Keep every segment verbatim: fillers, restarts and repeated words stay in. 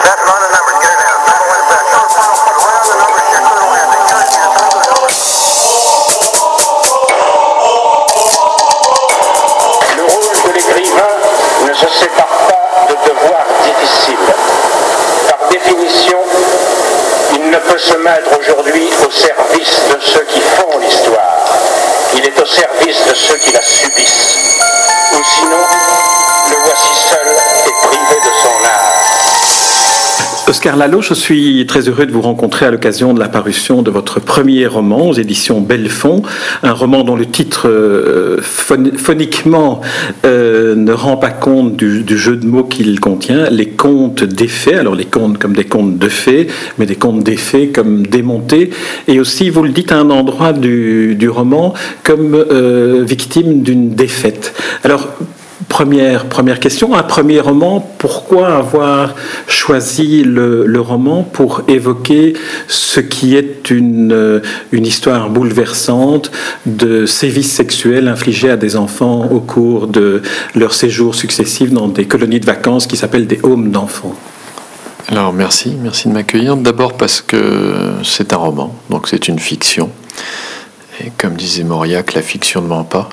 Le rôle de l'écrivain ne se sépare pas de devoirs difficiles. Par définition, il ne peut se mettre aujourd'hui au service de ceux qui font l'histoire. Il est au service de ceux qui la subissent. Ou sinon, le voici seul et privé de son âme. Oscar Lalo, je suis très heureux de vous rencontrer à l'occasion de la parution de votre premier roman aux éditions Bellefond, un roman dont le titre euh, phon- phoniquement euh, ne rend pas compte du, du jeu de mots qu'il contient, les contes des fées, alors les contes comme des contes de fées, mais des contes des fées comme démontés, et aussi, vous le dites à un endroit du, du roman, comme euh, victime d'une défaite. Alors, Première, première question, un premier roman, pourquoi avoir choisi le, le roman pour évoquer ce qui est une, une histoire bouleversante de sévices sexuels infligés à des enfants au cours de leurs séjours successifs dans des colonies de vacances qui s'appellent des homes d'enfants? Alors merci, merci de m'accueillir. D'abord parce que c'est un roman, donc c'est une fiction. Et comme disait Mauriac, la fiction ne ment pas.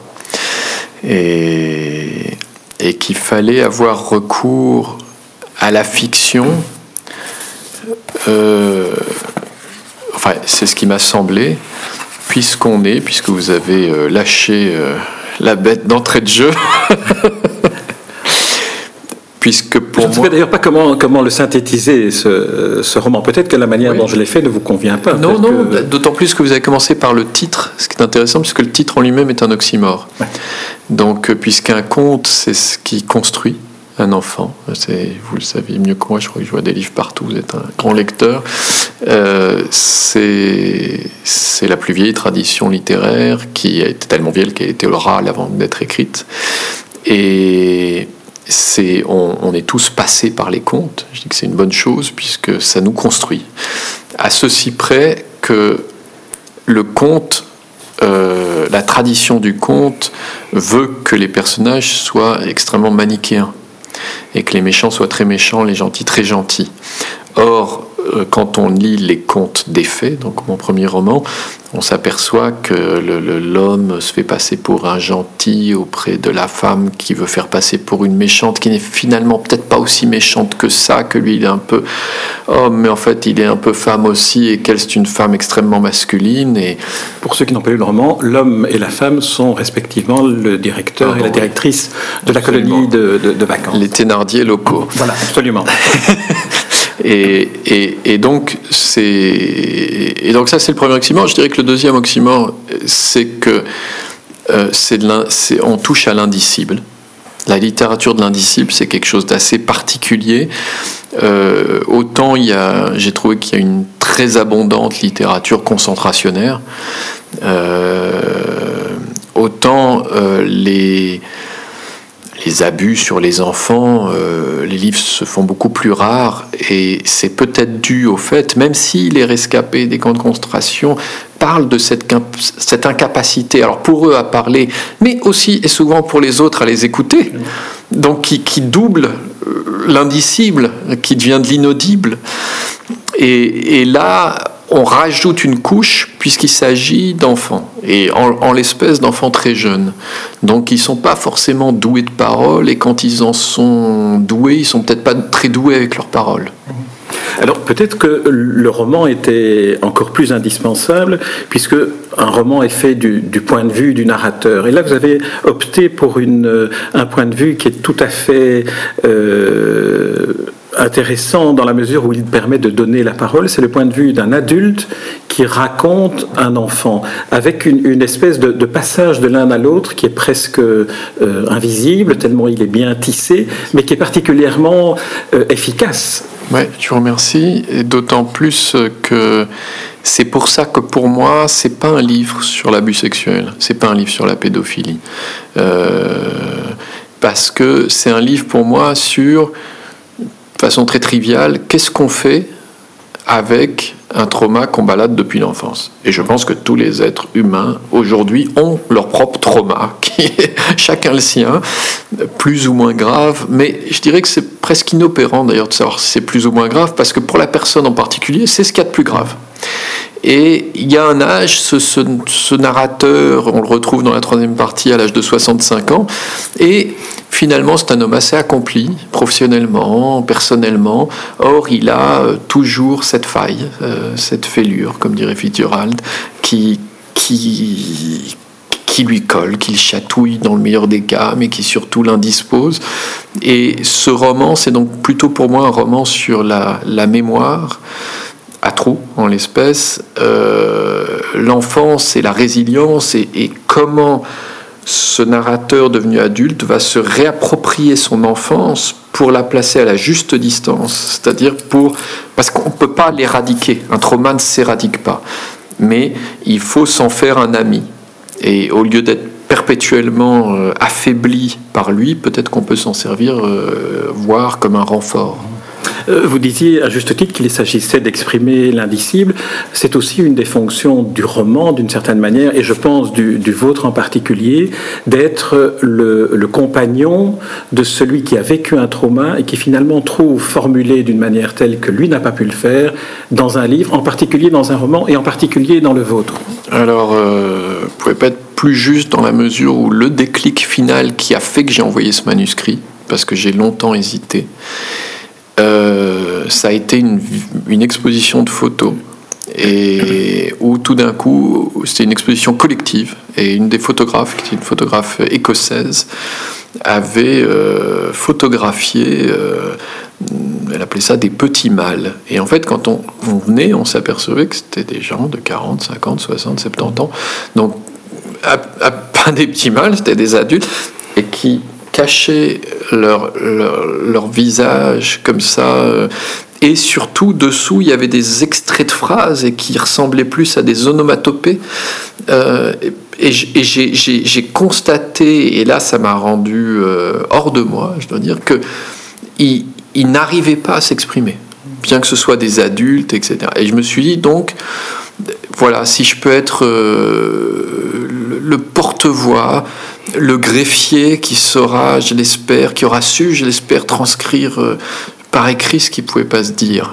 Et, et qu'il fallait avoir recours à la fiction. Euh, enfin, c'est ce qui m'a semblé, puisqu'on est, puisque vous avez euh, lâché euh, la bête d'entrée de jeu. Puisque pour je ne sais moi... d'ailleurs pas comment, comment le synthétiser, ce, ce roman. Peut-être que la manière oui. dont je l'ai fait ne vous convient pas. Non, non, que... d'autant plus que vous avez commencé par le titre, ce qui est intéressant, puisque le titre en lui-même est un oxymore. Ouais. Donc, puisqu'un conte, c'est ce qui construit un enfant. C'est, vous le savez mieux que moi, je crois que je vois des livres partout, vous êtes un grand lecteur. Euh, c'est, c'est la plus vieille tradition littéraire, qui a été tellement vieille qu'elle a été orale avant d'être écrite. Et... C'est, on, on est tous passés par les contes. Je dis que c'est une bonne chose puisque ça nous construit. À ceci près que le conte, euh, la tradition du conte veut que les personnages soient extrêmement manichéens et que les méchants soient très méchants, les gentils très gentils. Or, euh, quand on lit les contes des fées, donc mon premier roman, on s'aperçoit que le, le, l'homme se fait passer pour un gentil auprès de la femme qui veut faire passer pour une méchante, qui n'est finalement peut-être pas aussi méchante que ça, que lui il est un peu homme, mais en fait il est un peu femme aussi, et qu'elle c'est une femme extrêmement masculine. Et... Pour ceux qui n'ont pas lu le roman, l'homme et la femme sont respectivement le directeur ah, et la directrice de la colonie de, de, de vacances. Les Thénardier locaux. Voilà, absolument. Et, et, et, donc c'est, et donc ça c'est le premier oxymore. Je dirais que le deuxième oxymore, c'est que euh, c'est de c'est, on touche à l'indicible. La littérature de l'indicible, c'est quelque chose d'assez particulier. Euh, autant il y a, j'ai trouvé qu'il y a une très abondante littérature concentrationnaire, euh, autant euh, les Les abus sur les enfants, euh, les livres se font beaucoup plus rares, et c'est peut-être dû au fait, même si les rescapés des camps de concentration parlent de cette, cette incapacité, alors pour eux à parler, mais aussi et souvent pour les autres à les écouter, donc qui, qui double l'indicible, qui devient de l'inaudible. Et, et là, on rajoute une couche puisqu'il s'agit d'enfants, et en, en l'espèce d'enfants très jeunes. Donc ils ne sont pas forcément doués de parole, et quand ils en sont doués, ils ne sont peut-être pas très doués avec leurs paroles. Alors peut-être que le roman était encore plus indispensable, puisque un roman est fait du, du point de vue du narrateur. Et là, vous avez opté pour une, un point de vue qui est tout à fait euh, intéressant dans la mesure où il permet de donner la parole. C'est le point de vue d'un adulte qui raconte un enfant, avec une, une espèce de, de passage de l'un à l'autre qui est presque euh, invisible, tellement il est bien tissé, mais qui est particulièrement euh, efficace. Oui, je vous remercie, et d'autant plus que c'est pour ça que pour moi, c'est pas un livre sur l'abus sexuel, c'est pas un livre sur la pédophilie, euh, parce que c'est un livre pour moi sur, de façon très triviale, qu'est-ce qu'on fait avec un trauma qu'on balade depuis l'enfance. Et je pense que tous les êtres humains aujourd'hui ont leur propre trauma, qui est chacun le sien, plus ou moins grave, mais je dirais que c'est presque inopérant d'ailleurs de savoir si c'est plus ou moins grave, parce que pour la personne en particulier, c'est ce qu'il y a de plus grave. Et il y a un âge, ce, ce, ce narrateur, on le retrouve dans la troisième partie à l'âge de soixante-cinq ans, et finalement c'est un homme assez accompli, professionnellement, personnellement, or il a euh, toujours cette faille, euh, cette fêlure, comme dirait Fitzgerald, qui, qui, qui lui colle, qui le chatouille dans le meilleur des cas, mais qui surtout l'indispose. Et ce roman, c'est donc plutôt pour moi un roman sur la, la mémoire, à trous en l'espèce, euh, l'enfance et la résilience, et, et comment ce narrateur devenu adulte va se réapproprier son enfance pour la placer à la juste distance, c'est-à-dire pour... parce qu'on ne peut pas l'éradiquer, un trauma ne s'éradique pas, mais il faut s'en faire un ami. Et au lieu d'être perpétuellement euh, affaibli par lui, peut-être qu'on peut s'en servir, euh, voire comme un renfort. Vous disiez à juste titre qu'il s'agissait d'exprimer l'indicible. C'est aussi une des fonctions du roman, d'une certaine manière, et je pense du, du vôtre en particulier, d'être le, le compagnon de celui qui a vécu un trauma et qui finalement trouve formulé d'une manière telle que lui n'a pas pu le faire dans un livre, en particulier dans un roman et en particulier dans le vôtre. Alors, euh, vous ne pouvez pas être plus juste dans la mesure où le déclic final qui a fait que j'ai envoyé ce manuscrit, parce que j'ai longtemps hésité, Euh, ça a été une, une exposition de photos, et où tout d'un coup c'était une exposition collective, et une des photographes, qui est une photographe écossaise, avait euh, photographié, euh, elle appelait ça des petits mâles, et en fait quand on, on venait, on s'apercevait que c'était des gens de quarante, cinquante, soixante, soixante-dix ans, donc à, à, pas des petits mâles, c'était des adultes, et qui cachaient leur, leur, leur visage comme ça, et surtout dessous il y avait des extraits de phrases et qui ressemblaient plus à des onomatopées, euh, et, et j'ai, j'ai, j'ai constaté, et là ça m'a rendu euh, hors de moi, je dois dire, que ils, ils n'arrivaient pas à s'exprimer, bien que ce soit des adultes, et cetera. Et je me suis dit donc, voilà, si je peux être euh, le, le porte-voix, le greffier qui saura, je l'espère, qui aura su, je l'espère, transcrire euh, par écrit ce qui ne pouvait pas se dire.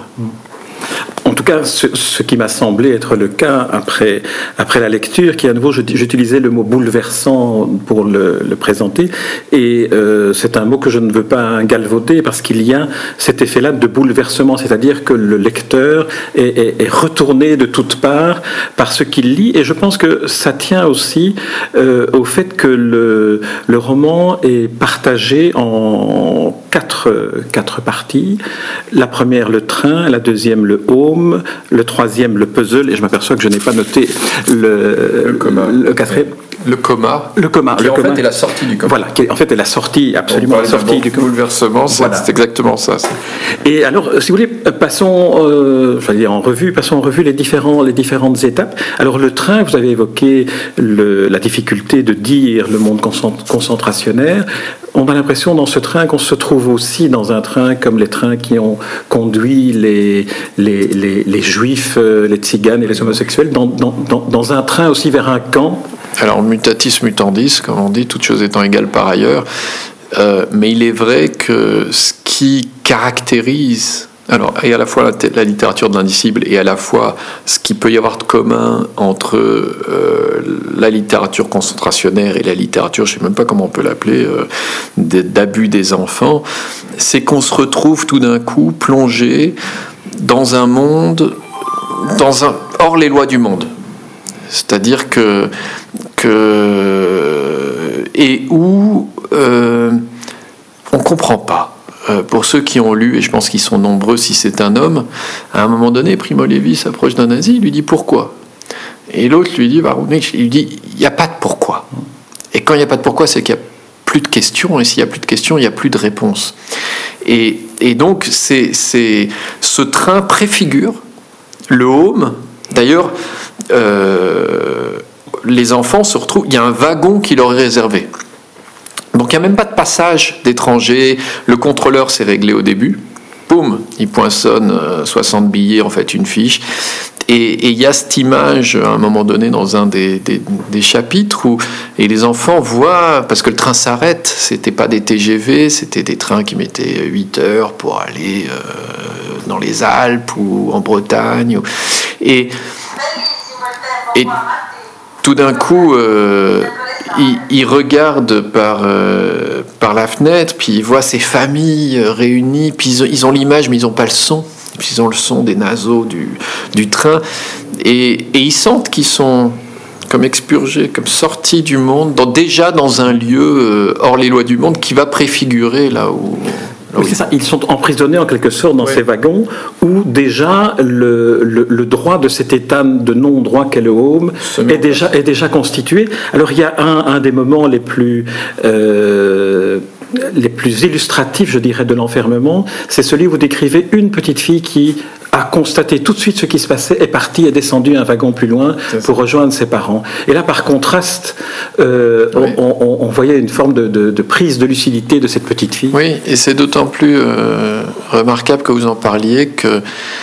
En tout cas, ce, ce qui m'a semblé être le cas après, après la lecture, qui à nouveau, j'utilisais le mot bouleversant pour le, le présenter, et euh, c'est un mot que je ne veux pas galvauder, parce qu'il y a cet effet-là de bouleversement, c'est-à-dire que le lecteur est, est, est retourné de toutes parts par ce qu'il lit, et je pense que ça tient aussi euh, au fait que le, le roman est partagé en quatre, quatre parties. La première, le train, la deuxième, le home, le troisième, le puzzle, et je m'aperçois que je n'ai pas noté le, le coma. Le quatrième. Le coma. Le coma. Qui le en coma. fait est la sortie du coma. Voilà, qui en fait est la sortie, absolument la sortie du coma. Bouleversement, c'est, voilà. C'est exactement ça. C'est... Et alors, si vous voulez, passons, euh, je vais dire en revue, passons en revue les, différents, les différentes étapes. Alors, le train, vous avez évoqué le, la difficulté de dire le monde concentrationnaire. On a l'impression dans ce train qu'on se trouve aussi dans un train comme les trains qui ont conduit les, les, les, les juifs, les tziganes et les homosexuels, dans, dans, dans, dans un train aussi vers un camp. Alors, mutatis mutandis, comme on dit, toutes choses étant égales par ailleurs. Euh, mais il est vrai que ce qui caractérise, alors, et à la fois la, la littérature de l'indicible et à la fois ce qu'il peut y avoir de commun entre euh, la littérature concentrationnaire et la littérature, je ne sais même pas comment on peut l'appeler, euh, d'abus des enfants, c'est qu'on se retrouve tout d'un coup plongé dans un monde, dans un, hors les lois du monde. C'est-à-dire que, que et où euh, on ne comprend pas. Euh, pour ceux qui ont lu, et je pense qu'ils sont nombreux si c'est un homme, à un moment donné, Primo Levi s'approche d'un nazi, il lui dit pourquoi. Et l'autre lui dit, bah, il lui dit, il n'y a pas de pourquoi. Et quand il n'y a pas de pourquoi, c'est qu'il n'y a plus de questions, et s'il n'y a plus de questions, il n'y a plus de réponses. Et, et donc, c'est, c'est, ce train préfigure le home. D'ailleurs, euh, les enfants se retrouvent, il y a un wagon qui leur est réservé. Donc il n'y a même pas de passage d'étrangers, le contrôleur s'est réglé au début, boum, il poinçonne soixante billets, en fait une fiche, et il y a cette image à un moment donné dans un des, des, des chapitres où et les enfants voient, parce que le train s'arrête, c'était pas des T G V, c'était des trains qui mettaient huit heures pour aller euh, dans les Alpes ou en Bretagne, et, et tout d'un coup euh, ils, ils regardent par, euh, par la fenêtre, puis ils voient ces familles réunies, puis ils ont, ils ont l'image mais ils n'ont pas le son. Puis ils ont le son des naseaux du, du train, et, et ils sentent qu'ils sont comme expurgés, comme sortis du monde, dans, déjà dans un lieu euh, hors les lois du monde qui va préfigurer là où... Là où oui, c'est ça, ils sont emprisonnés en quelque sorte dans ouais. ces wagons où déjà le, le, le droit de cet état de non-droit qu'est le home est déjà, est déjà constitué. Alors il y a un, un des moments les plus... Euh, les plus illustratifs, je dirais, de l'enfermement, c'est celui où vous décrivez une petite fille qui a constaté tout de suite ce qui se passait, est partie, est descendue un wagon plus loin pour rejoindre ses parents. Et là, par contraste, euh, oui. on, on, on voyait une forme de, de, de prise de lucidité de cette petite fille. Oui, et c'est d'autant plus euh, remarquable que vous en parliez que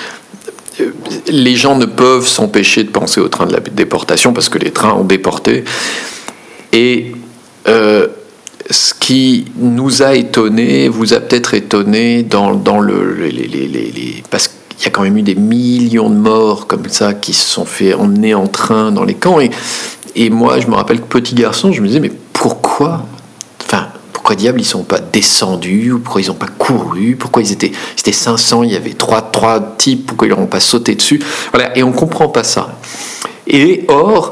les gens ne peuvent s'empêcher de penser au train de la déportation parce que les trains ont déporté. Et... Euh, ce qui nous a étonnés, vous a peut-être étonné dans, dans le, les, les, les, les, parce qu'il y a quand même eu des millions de morts comme ça qui se sont fait emmener en train dans les camps. Et, et moi, je me rappelle que petit garçon, je me disais, mais pourquoi, enfin, pourquoi diable ils ne sont pas descendus, ou pourquoi ils n'ont pas couru, pourquoi ils étaient, ils étaient cinq cents, il y avait trois, trois types, pourquoi ils n'ont pas sauté dessus. Voilà, et on ne comprend pas ça. Et or...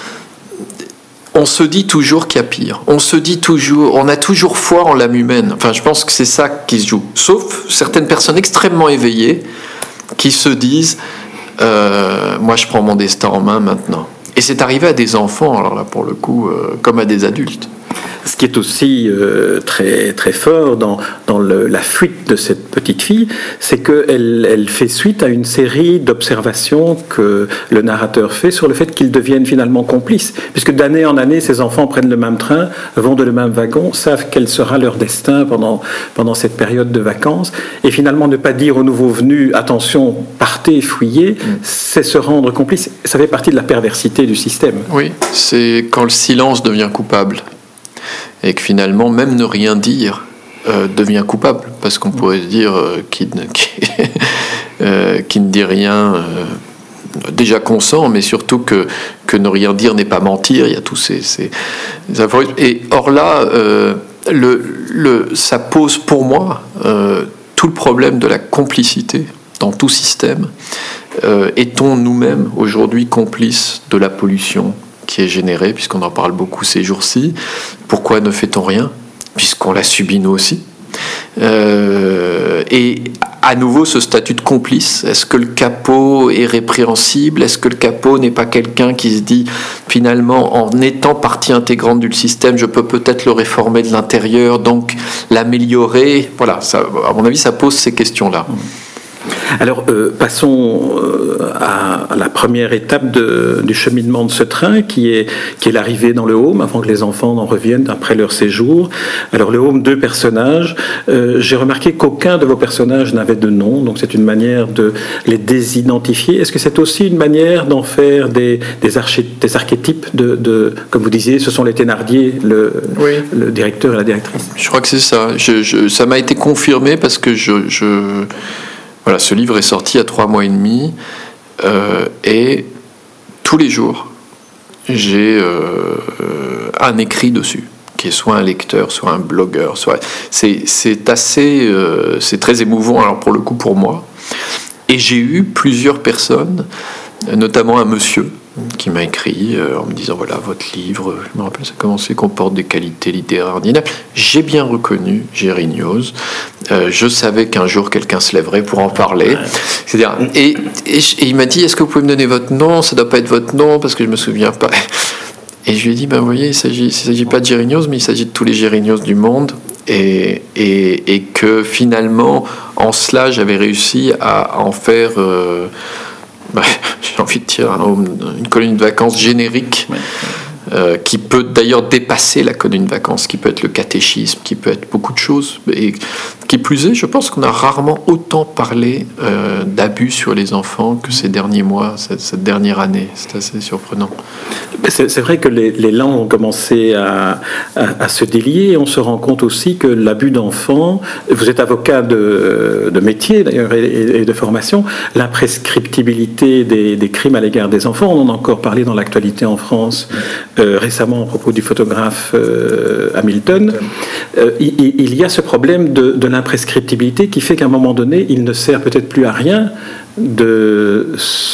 on se dit toujours qu'il y a pire. On se dit toujours, on a toujours foi en l'âme humaine. Enfin, je pense que c'est ça qui se joue. Sauf certaines personnes extrêmement éveillées qui se disent euh, moi, je prends mon destin en main maintenant. Et c'est arrivé à des enfants, alors là, pour le coup, euh, comme à des adultes. Ce qui est aussi euh, très, très fort dans, dans le, la fuite de cette petite fille, c'est qu'elle elle fait suite à une série d'observations que le narrateur fait sur le fait qu'ils deviennent finalement complices. Puisque d'année en année, ces enfants prennent le même train, vont de le même wagon, savent quel sera leur destin pendant, pendant cette période de vacances. Et finalement, ne pas dire aux nouveaux venus, attention, partez, fuyez, mmh. c'est se rendre complice. Ça fait partie de la perversité du système. Oui, c'est quand le silence devient coupable. Et que finalement, même ne rien dire euh, devient coupable, parce qu'on pourrait dire euh, qui, ne, qui, euh, qui ne dit rien, euh, déjà consent, mais surtout que, que ne rien dire n'est pas mentir, il y a tous ces, ces, ces aphorismes. Et or là, euh, le, le, ça pose pour moi euh, tout le problème de la complicité dans tout système. Euh, est-on nous-mêmes aujourd'hui complices de la pollution qui est générée, puisqu'on en parle beaucoup ces jours-ci? Pourquoi ne fait-on rien, puisqu'on l'a subi nous aussi? euh, Et à nouveau, ce statut de complice, est-ce que le capot est répréhensible? Est-ce que le capot n'est pas quelqu'un qui se dit, finalement, en étant partie intégrante du système, je peux peut-être le réformer de l'intérieur, donc l'améliorer? Voilà, ça, à mon avis, ça pose ces questions-là. Alors, euh, passons euh, à, à la première étape de, du cheminement de ce train, qui est, qui est l'arrivée dans le home, avant que les enfants en reviennent après leur séjour. Alors, le home, deux personnages. Euh, j'ai remarqué qu'aucun de vos personnages n'avait de nom, donc c'est une manière de les désidentifier. Est-ce que c'est aussi une manière d'en faire des, des, arché, des archétypes de, de, comme vous disiez, ce sont les Thénardier, le, oui. le directeur et la directrice? Je crois que c'est ça. Je, je, ça m'a été confirmé parce que je... je... Voilà, ce livre est sorti il y a trois mois et demi euh, et tous les jours, j'ai euh, un écrit dessus, qui est soit un lecteur, soit un blogueur. Soit... C'est, c'est assez... Euh, c'est très émouvant, alors pour le coup, pour moi. Et j'ai eu plusieurs personnes, notamment un monsieur, qui m'a écrit euh, en me disant, voilà, votre livre, je me rappelle, ça a commencé, comporte des qualités littéraires ordinaires. J'ai bien reconnu Gérignoz. Euh, je savais qu'un jour, quelqu'un se lèverait pour en parler. C'est-à-dire, et, et, et il m'a dit, est-ce que vous pouvez me donner votre nom? Ça ne doit pas être votre nom, parce que je ne me souviens pas. Et je lui ai dit, ben, vous voyez, il ne s'agit, s'agit pas de Gérignoz, mais il s'agit de tous les Gérignoz du monde. Et, et, et que finalement, en cela, j'avais réussi à en faire... Euh, bah, j'ai envie de dire une colonie de vacances générique, euh, qui peut d'ailleurs dépasser la colonie de vacances, qui peut être le catéchisme, qui peut être beaucoup de choses. Et qui plus est, je pense qu'on a rarement autant parlé euh, d'abus sur les enfants que ces derniers mois, cette, cette dernière année. C'est assez surprenant. C'est, c'est vrai que les, les langues ont commencé à, à, à se délier. On se rend compte aussi que l'abus d'enfants, vous êtes avocat de, de métier d'ailleurs et, et de formation, l'imprescriptibilité des, des crimes à l'égard des enfants, on en a encore parlé dans l'actualité en France euh, récemment à propos du photographe euh, Hamilton. Euh, il, il y a ce problème de, de l'imprescriptibilité qui fait qu'à un moment donné, il ne sert peut-être plus à rien de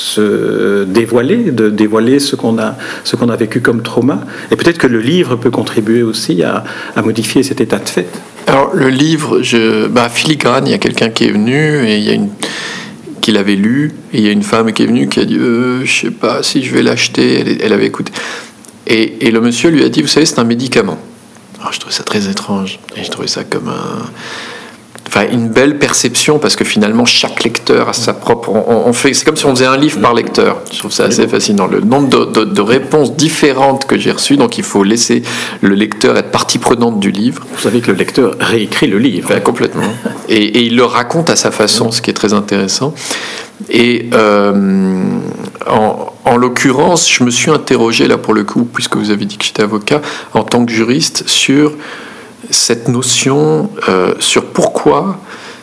se dévoiler, de dévoiler ce qu'on a, ce qu'on a vécu comme trauma. Et peut-être que le livre peut contribuer aussi à, à modifier cet état de fait. Alors le livre, je, bah, Filigrane, il y a quelqu'un qui est venu et il y a une qui l'avait lu et il y a une femme qui est venue qui a dit euh, je sais pas si je vais l'acheter. Elle, elle avait écouté et, et le monsieur lui a dit vous savez c'est un médicament. Alors je trouvais ça très étrange et je trouvais ça comme un Enfin, une belle perception parce que finalement chaque lecteur a sa propre. On, on fait, c'est comme si on faisait un livre par lecteur. Je trouve ça assez fascinant. Le nombre de, de, de réponses différentes que j'ai reçues, donc il faut laisser le lecteur être partie prenante du livre. Vous savez que le lecteur réécrit le livre. Enfin, complètement. Et, et il le raconte à sa façon, ce qui est très intéressant. Et euh, en, en l'occurrence, je me suis interrogé là pour le coup, puisque vous avez dit que j'étais avocat, en tant que juriste, sur cette notion euh, sur pourquoi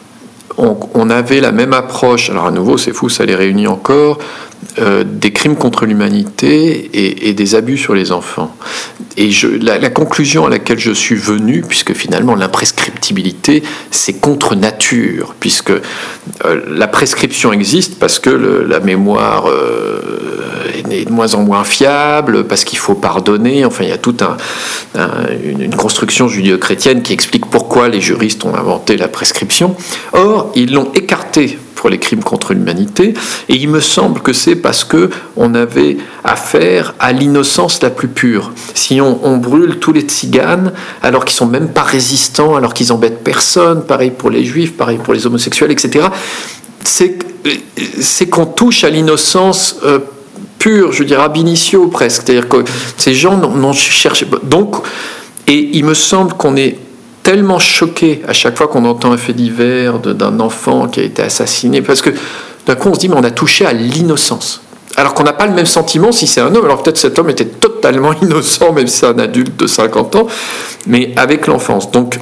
on, on avait la même approche, alors à nouveau c'est fou, ça les réunit encore, euh, des crimes contre l'humanité et, et des abus sur les enfants. Et je, la, la conclusion à laquelle je suis venu, puisque finalement l'imprescriptibilité c'est contre nature, puisque euh, la prescription existe parce que le, la mémoire euh, est de moins en moins fiable, parce qu'il faut pardonner, enfin il y a toute un, un, une, une construction judéo-chrétienne qui explique pourquoi les juristes ont inventé la prescription. Or, ils l'ont écartée pour les crimes contre l'humanité, et il me semble que c'est parce que on avait affaire à l'innocence la plus pure. Si on, on brûle tous les tziganes, alors qu'ils sont même pas résistants, alors qu'ils embêtent personne, pareil pour les juifs, pareil pour les homosexuels, et cetera, c'est, c'est qu'on touche à l'innocence euh, pure, je dirais ab initio presque, c'est-à-dire que ces gens n'ont, n'ont cherché. Donc, et il me semble qu'on est tellement choqué à chaque fois qu'on entend un fait divers de, d'un enfant qui a été assassiné, parce que d'un coup on se dit mais on a touché à l'innocence, alors qu'on n'a pas le même sentiment si c'est un homme. Alors peut-être cet homme était totalement innocent même si c'est un adulte de cinquante ans, mais avec l'enfance. Donc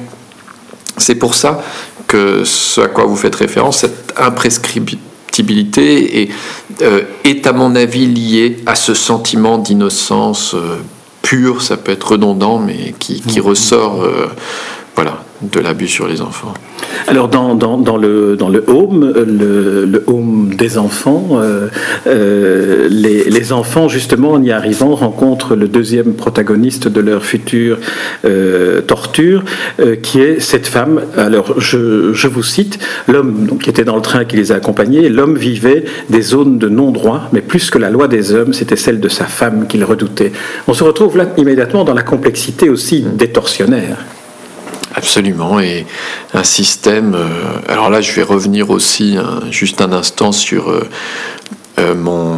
c'est pour ça que ce à quoi vous faites référence, cette imprescriptibilité est, euh, est à mon avis liée à ce sentiment d'innocence euh, pure, ça peut être redondant mais qui, qui ressort euh, voilà, de l'abus sur les enfants. Alors dans, dans, dans, le, dans le home, le, le home des enfants, euh, euh, les, les enfants justement en y arrivant rencontrent le deuxième protagoniste de leur future euh, torture, euh, qui est cette femme. Alors je, je vous cite, l'homme donc, qui était dans le train qui les a accompagnés, l'homme vivait des zones de non-droit, mais plus que la loi des hommes, c'était celle de sa femme qu'il redoutait. On se retrouve là immédiatement dans la complexité aussi des tortionnaires. Absolument, et un système... Euh, alors là, je vais revenir aussi hein, juste un instant sur euh, euh, mon,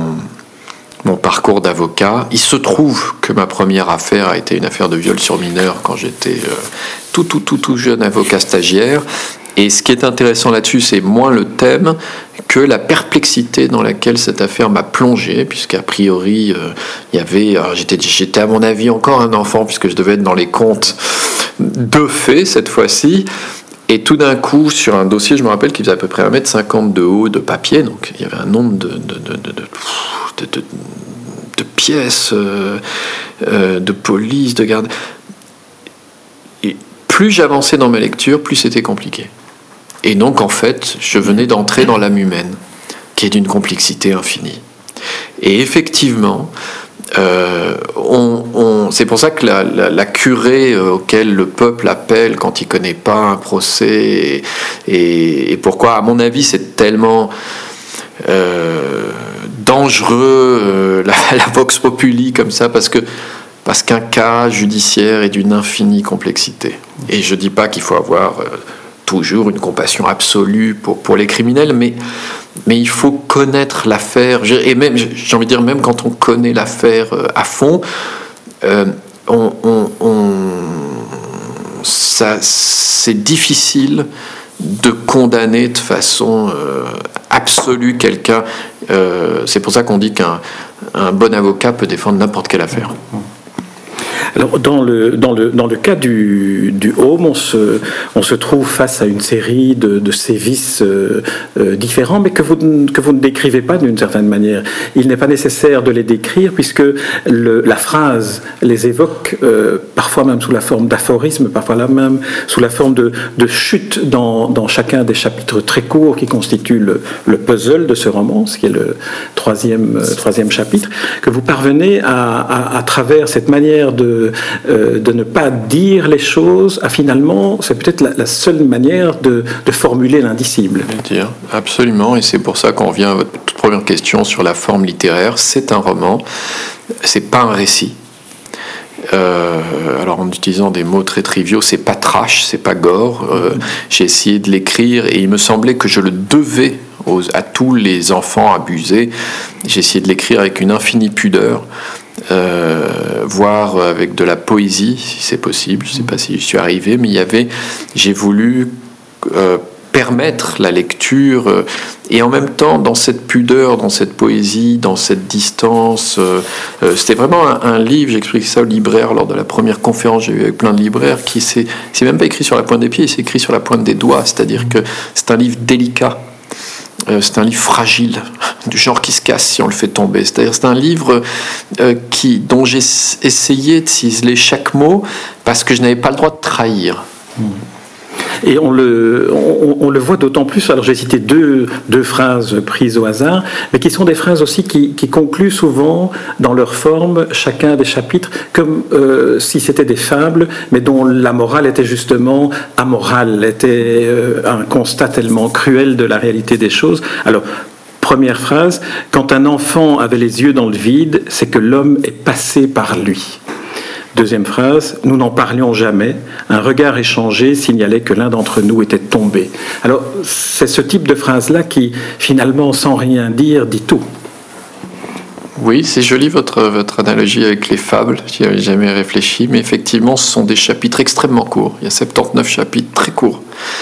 mon parcours d'avocat. Il se trouve que ma première affaire a été une affaire de viol sur mineur quand j'étais euh, tout, tout, tout, tout jeune avocat stagiaire. Et ce qui est intéressant là-dessus, c'est moins le thème que la perplexité dans laquelle cette affaire m'a plongé, puisqu'a priori, euh, il y avait... Alors j'étais, j'étais à mon avis encore un enfant, puisque je devais être dans les comptes de faits cette fois-ci. Et tout d'un coup, sur un dossier, je me rappelle qu'il faisait à peu près un mètre cinquante de haut de papier, donc il y avait un nombre de, de, de, de, de, de, de pièces, euh, euh, de police, de garde... Et plus j'avançais dans ma lecture, plus c'était compliqué. Et donc, en fait, je venais d'entrer dans l'âme humaine, qui est d'une complexité infinie. Et effectivement, euh, on, on, c'est pour ça que la, la, la curée auquel le peuple appelle quand il ne connaît pas un procès, et, et, et pourquoi, à mon avis, c'est tellement... Euh, dangereux, euh, la, la vox populi comme ça, parce que parce qu'un cas judiciaire est d'une infinie complexité. Et je ne dis pas qu'il faut avoir euh, toujours une compassion absolue pour, pour les criminels, mais, mais il faut connaître l'affaire. Et même, j'ai envie de dire, même quand on connaît l'affaire euh, à fond, euh, on, on, on, ça, c'est difficile de condamner de façon euh, absolue quelqu'un. Euh, c'est pour ça qu'on dit qu'un un bon avocat peut défendre n'importe quelle affaire. Alors, dans le, dans le, dans le cas du, du Home, on se, on se trouve face à une série de, de sévices euh, euh, différents, mais que vous, que vous ne décrivez pas d'une certaine manière. Il n'est pas nécessaire de les décrire, puisque le, la phrase les évoque, euh, parfois même sous la forme d'aphorisme, parfois là même sous la forme de, de chute dans, dans chacun des chapitres très courts qui constituent le, le puzzle de ce roman, ce qui est le troisième, euh, troisième chapitre, que vous parvenez à, à, à travers cette manière de Euh, de ne pas dire les choses, à finalement, c'est peut-être la, la seule manière de, de formuler l'indicible. Dire, absolument, et c'est pour ça qu'on revient à votre toute première question sur la forme littéraire. C'est un roman, c'est pas un récit. Euh, alors en utilisant des mots très triviaux, c'est pas trash, c'est pas gore. Euh, j'ai essayé de l'écrire et il me semblait que je le devais aux, à tous les enfants abusés. J'ai essayé de l'écrire avec une infinie pudeur. Euh, voire avec de la poésie si c'est possible. Je ne sais pas si je suis arrivé, mais il y avait, j'ai voulu euh, permettre la lecture euh, et en même temps dans cette pudeur, dans cette poésie, dans cette distance. Euh, euh, c'était vraiment un, un livre. J'expliquais ça au libraire lors de la première conférence que j'ai eu avec plein de libraires, qui c'est, c'est même pas écrit sur la pointe des pieds, c'est écrit sur la pointe des doigts. C'est-à-dire que c'est un livre délicat. Euh, c'est un livre fragile, du genre qui se casse si on le fait tomber. C'est-à-dire c'est un livre euh, qui, dont j'ai essayé de ciseler chaque mot parce que je n'avais pas le droit de trahir. Et on le, on, on le voit d'autant plus, alors j'ai cité deux, deux phrases prises au hasard, mais qui sont des phrases aussi qui, qui concluent souvent dans leur forme chacun des chapitres, comme euh, si c'était des fables, mais dont la morale était justement amorale, était euh, un constat tellement cruel de la réalité des choses. Alors, première phrase, quand un enfant avait les yeux dans le vide, c'est que l'homme est passé par lui. Deuxième phrase, nous n'en parlions jamais. Un regard échangé signalait que l'un d'entre nous était tombé. Alors, c'est ce type de phrase-là qui, finalement, sans rien dire, dit tout. Oui, c'est joli votre, votre analogie avec les fables. J'y avais jamais réfléchi, mais effectivement, ce sont des chapitres extrêmement courts. Il y a soixante-dix-neuf chapitres très courts.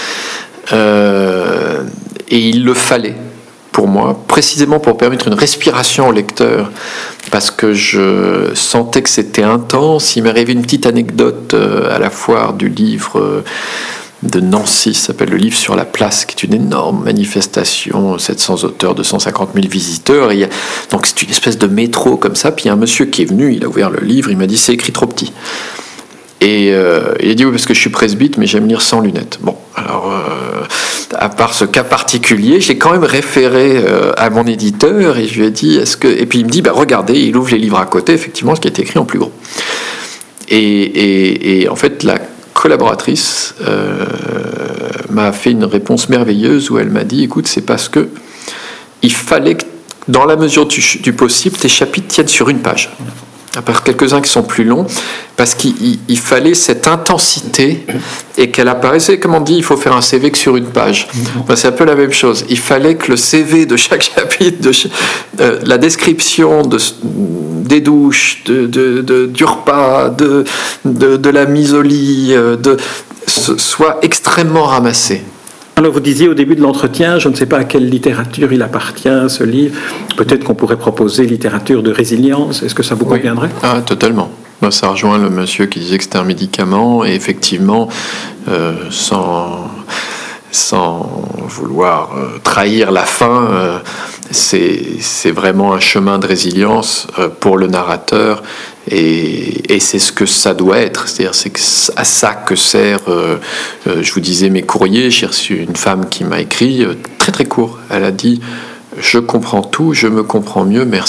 Euh, et il le fallait. Pour moi, précisément pour permettre une respiration au lecteur, parce que je sentais que c'était intense. Il m'est arrivé une petite anecdote à la foire du livre de Nancy, ça s'appelle le livre sur la place, qui est une énorme manifestation, sept cents auteurs, deux cent cinquante mille visiteurs, et il y a, donc c'est une espèce de métro comme ça, puis il y a un monsieur qui est venu, il a ouvert le livre, il m'a dit c'est écrit trop petit. Et euh, il a dit oui parce que je suis presbyte mais j'aime lire sans lunettes. Bon, alors euh, à part ce cas particulier, j'ai quand même référé euh, à mon éditeur et je lui ai dit est-ce que et puis il me dit bah regardez, il ouvre les livres à côté, effectivement ce qui est écrit en plus gros. Et, et, et en fait la collaboratrice euh, m'a fait une réponse merveilleuse où elle m'a dit écoute c'est parce que il fallait que dans la mesure du, du possible tes chapitres tiennent sur une page. À part quelques-uns qui sont plus longs, parce qu'il il, il fallait cette intensité et qu'elle apparaissait, comme on dit, il faut faire un C V que sur une page. Enfin, c'est un peu la même chose. Il fallait que le C V de chaque chapitre, de, euh, la description de, des douches, de, de, de, du repas, de, de, de la mise au lit, de, soit extrêmement ramassée. Alors vous disiez au début de l'entretien, je ne sais pas à quelle littérature il appartient, ce livre. Peut-être qu'on pourrait proposer littérature de résilience. Est-ce que ça vous oui. conviendrait ? Ah, totalement. Ça rejoint le monsieur qui disait que c'était un médicament. Et effectivement, euh, sans, sans vouloir euh, trahir la fin, euh, c'est, c'est vraiment un chemin de résilience euh, pour le narrateur. Et, et c'est ce que ça doit être, c'est-à-dire c'est à ça que sert, euh, euh, je vous disais mes courriers, j'ai reçu une femme qui m'a écrit, euh, très très court, elle a dit « Je comprends tout, je me comprends mieux, merci ».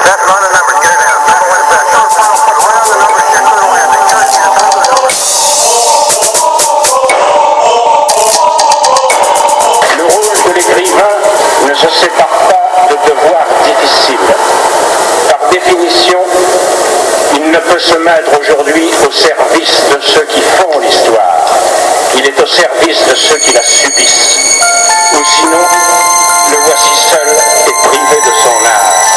Le rôle de l'écrivain ne se sépare pas de devoirs difficiles. Par définition, il ne peut se mettre aujourd'hui au service de ceux qui font l'histoire. Il est au service de ceux qui la subissent. Ou sinon, le voici seul et privé de son art.